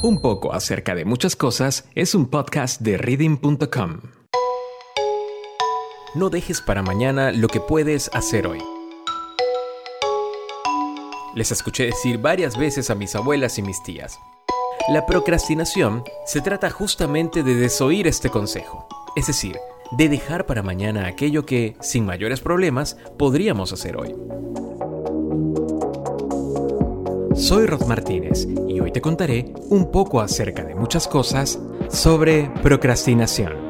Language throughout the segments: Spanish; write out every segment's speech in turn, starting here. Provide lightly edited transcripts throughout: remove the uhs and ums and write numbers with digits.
Un poco acerca de muchas cosas es un podcast de Reading.com. No dejes para mañana lo que puedes hacer hoy. Les escuché decir varias veces a mis abuelas y mis tías. La procrastinación se trata justamente de desoír este consejo, es decir, de dejar para mañana aquello que, sin mayores problemas, podríamos hacer hoy. Soy Rod Martínez y hoy te contaré un poco acerca de muchas cosas sobre procrastinación.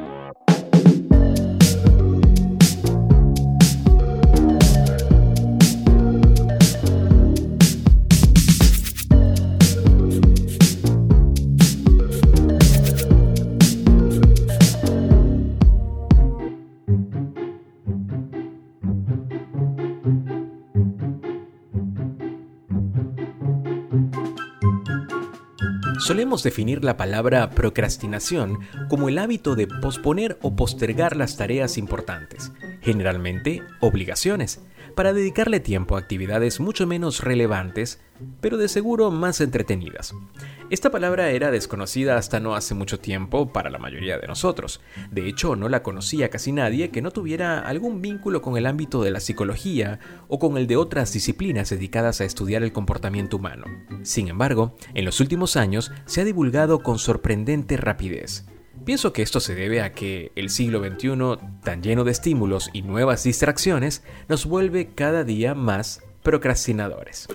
Solemos definir la palabra procrastinación como el hábito de posponer o postergar las tareas importantes, generalmente obligaciones, para dedicarle tiempo a actividades mucho menos relevantes, pero de seguro más entretenidas. Esta palabra era desconocida hasta no hace mucho tiempo para la mayoría de nosotros. De hecho, no la conocía casi nadie que no tuviera algún vínculo con el ámbito de la psicología o con el de otras disciplinas dedicadas a estudiar el comportamiento humano. Sin embargo, en los últimos años se ha divulgado con sorprendente rapidez. Pienso que esto se debe a que el siglo XXI, tan lleno de estímulos y nuevas distracciones, nos vuelve cada día más procrastinadores.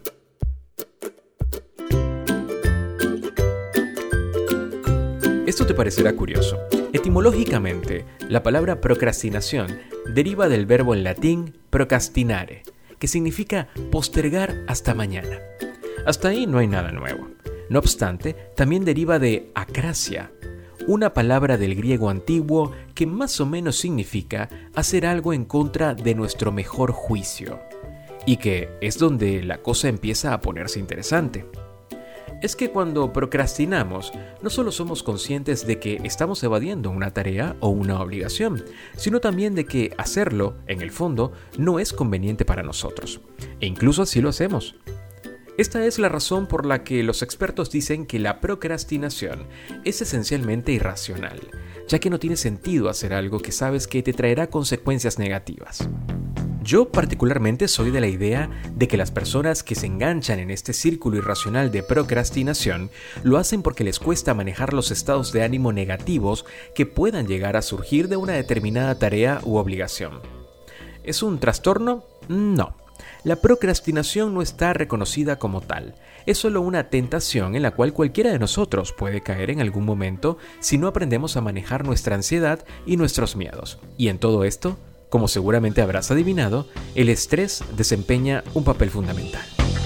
Esto te parecerá curioso. Etimológicamente, la palabra procrastinación deriva del verbo en latín procrastinare, que significa postergar hasta mañana. Hasta ahí no hay nada nuevo. No obstante, también deriva de acrasia, una palabra del griego antiguo que más o menos significa hacer algo en contra de nuestro mejor juicio, y que es donde la cosa empieza a ponerse interesante. Es que cuando procrastinamos, no solo somos conscientes de que estamos evadiendo una tarea o una obligación, sino también de que hacerlo, en el fondo, no es conveniente para nosotros, e incluso así lo hacemos. Esta es la razón por la que los expertos dicen que la procrastinación es esencialmente irracional, ya que no tiene sentido hacer algo que sabes que te traerá consecuencias negativas. Yo particularmente soy de la idea de que las personas que se enganchan en este círculo irracional de procrastinación lo hacen porque les cuesta manejar los estados de ánimo negativos que puedan llegar a surgir de una determinada tarea u obligación. ¿Es un trastorno? No. La procrastinación no está reconocida como tal. Es solo una tentación en la cual cualquiera de nosotros puede caer en algún momento si no aprendemos a manejar nuestra ansiedad y nuestros miedos. Y en todo esto, como seguramente habrás adivinado, el estrés desempeña un papel fundamental.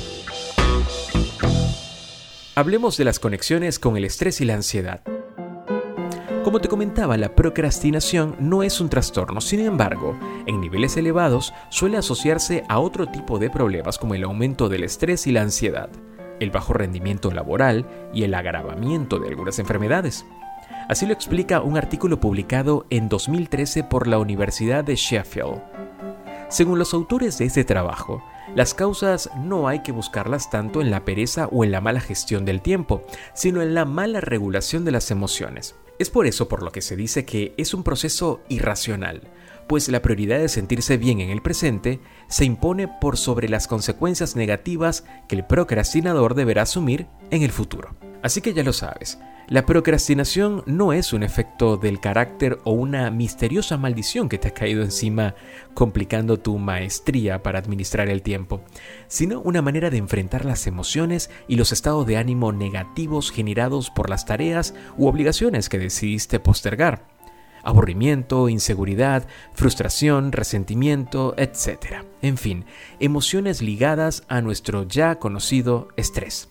Hablemos de las conexiones con el estrés y la ansiedad. Como te comentaba, la procrastinación no es un trastorno, sin embargo, en niveles elevados suele asociarse a otro tipo de problemas como el aumento del estrés y la ansiedad, el bajo rendimiento laboral y el agravamiento de algunas enfermedades. Así lo explica un artículo publicado en 2013 por la Universidad de Sheffield. Según los autores de este trabajo, las causas no hay que buscarlas tanto en la pereza o en la mala gestión del tiempo, sino en la mala regulación de las emociones. Es por eso por lo que se dice que es un proceso irracional, pues la prioridad de sentirse bien en el presente se impone por sobre las consecuencias negativas que el procrastinador deberá asumir en el futuro. Así que ya lo sabes, la procrastinación no es un efecto del carácter o una misteriosa maldición que te ha caído encima complicando tu maestría para administrar el tiempo, sino una manera de enfrentar las emociones y los estados de ánimo negativos generados por las tareas u obligaciones que decidiste postergar. Aburrimiento, inseguridad, frustración, resentimiento, etc. En fin, emociones ligadas a nuestro ya conocido estrés.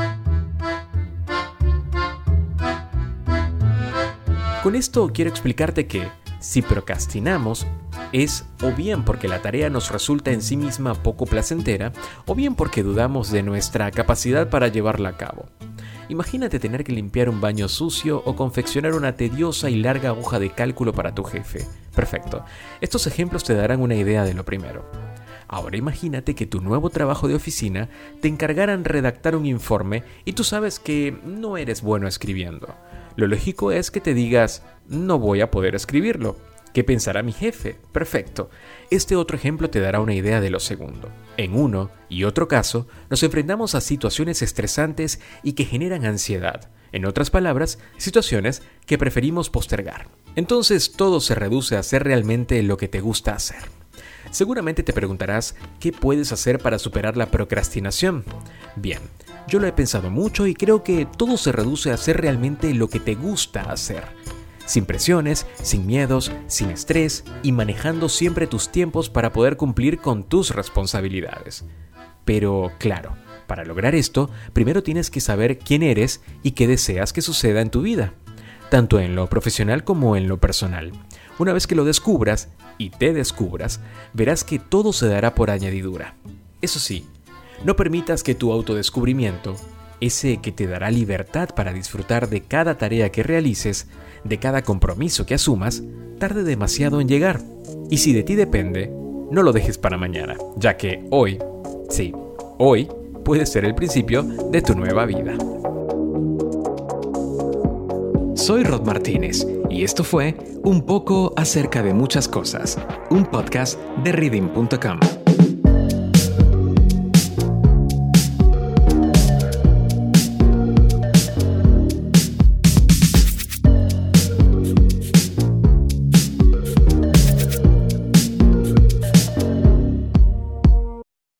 Con esto quiero explicarte que, si procrastinamos, es o bien porque la tarea nos resulta en sí misma poco placentera, o bien porque dudamos de nuestra capacidad para llevarla a cabo. Imagínate tener que limpiar un baño sucio o confeccionar una tediosa y larga hoja de cálculo para tu jefe. Perfecto. Estos ejemplos te darán una idea de lo primero. Ahora imagínate que tu nuevo trabajo de oficina te encargaran redactar un informe y tú sabes que no eres bueno escribiendo. Lo lógico es que te digas, no voy a poder escribirlo. ¿Qué pensará mi jefe? Perfecto. Este otro ejemplo te dará una idea de lo segundo. En uno y otro caso, nos enfrentamos a situaciones estresantes y que generan ansiedad. En otras palabras, situaciones que preferimos postergar. Entonces todo se reduce a hacer realmente lo que te gusta hacer. Seguramente te preguntarás, ¿qué puedes hacer para superar la procrastinación? Bien, yo lo he pensado mucho y creo que todo se reduce a hacer realmente lo que te gusta hacer. Sin presiones, sin miedos, sin estrés y manejando siempre tus tiempos para poder cumplir con tus responsabilidades. Pero, claro, para lograr esto, primero tienes que saber quién eres y qué deseas que suceda en tu vida, tanto en lo profesional como en lo personal. Una vez que lo descubras y te descubras, verás que todo se dará por añadidura. Eso sí, no permitas que tu autodescubrimiento, ese que te dará libertad para disfrutar de cada tarea que realices, de cada compromiso que asumas, tarde demasiado en llegar. Y si de ti depende, no lo dejes para mañana, ya que hoy, sí, hoy puede ser el principio de tu nueva vida. Soy Rod Martínez y esto fue Un poco acerca de muchas cosas, un podcast de Reading.com.